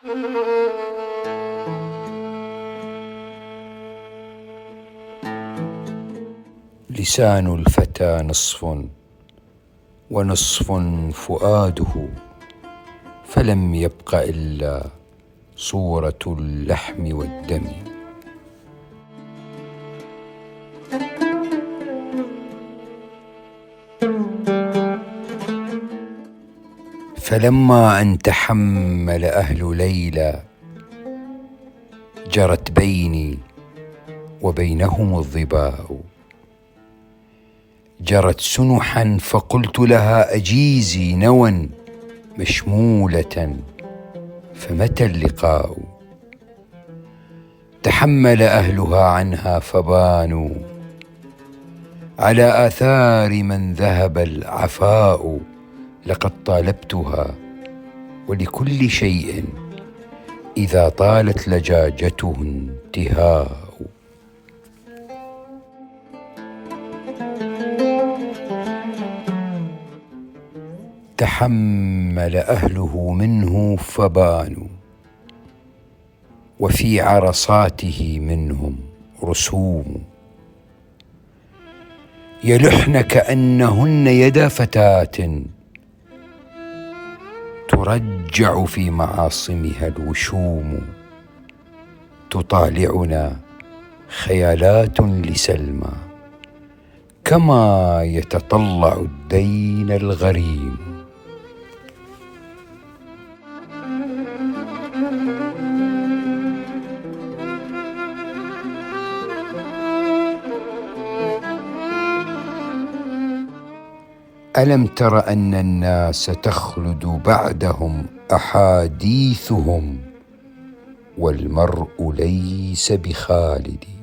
لسان الفتى نصف ونصف فؤاده، فلم يبق إلا صورة اللحم والدم. فلما أن تحمل أهل ليلى جرت بيني وبينهم الظباء، جرت سنحا فقلت لها أجيزي نوى مشمولة، فمتى اللقاء؟ تحمل أهلها عنها فبانوا على آثار من ذهب العفاء. لقد طالبتها ولكل شيء إذا طالت لجاجته انتهاء. تحمل أهله منه فبانوا، وفي عرصاته منهم رسوم، يلحن كأنهن يدا فتاة ترجع في معاصمها الوشوم. تطالعنا خيالات لسلمى كما يتطلع الدين الغريم. ألم تر أن الناس تخلد بعدهم أحاديثهم، والمرء ليس بخالد.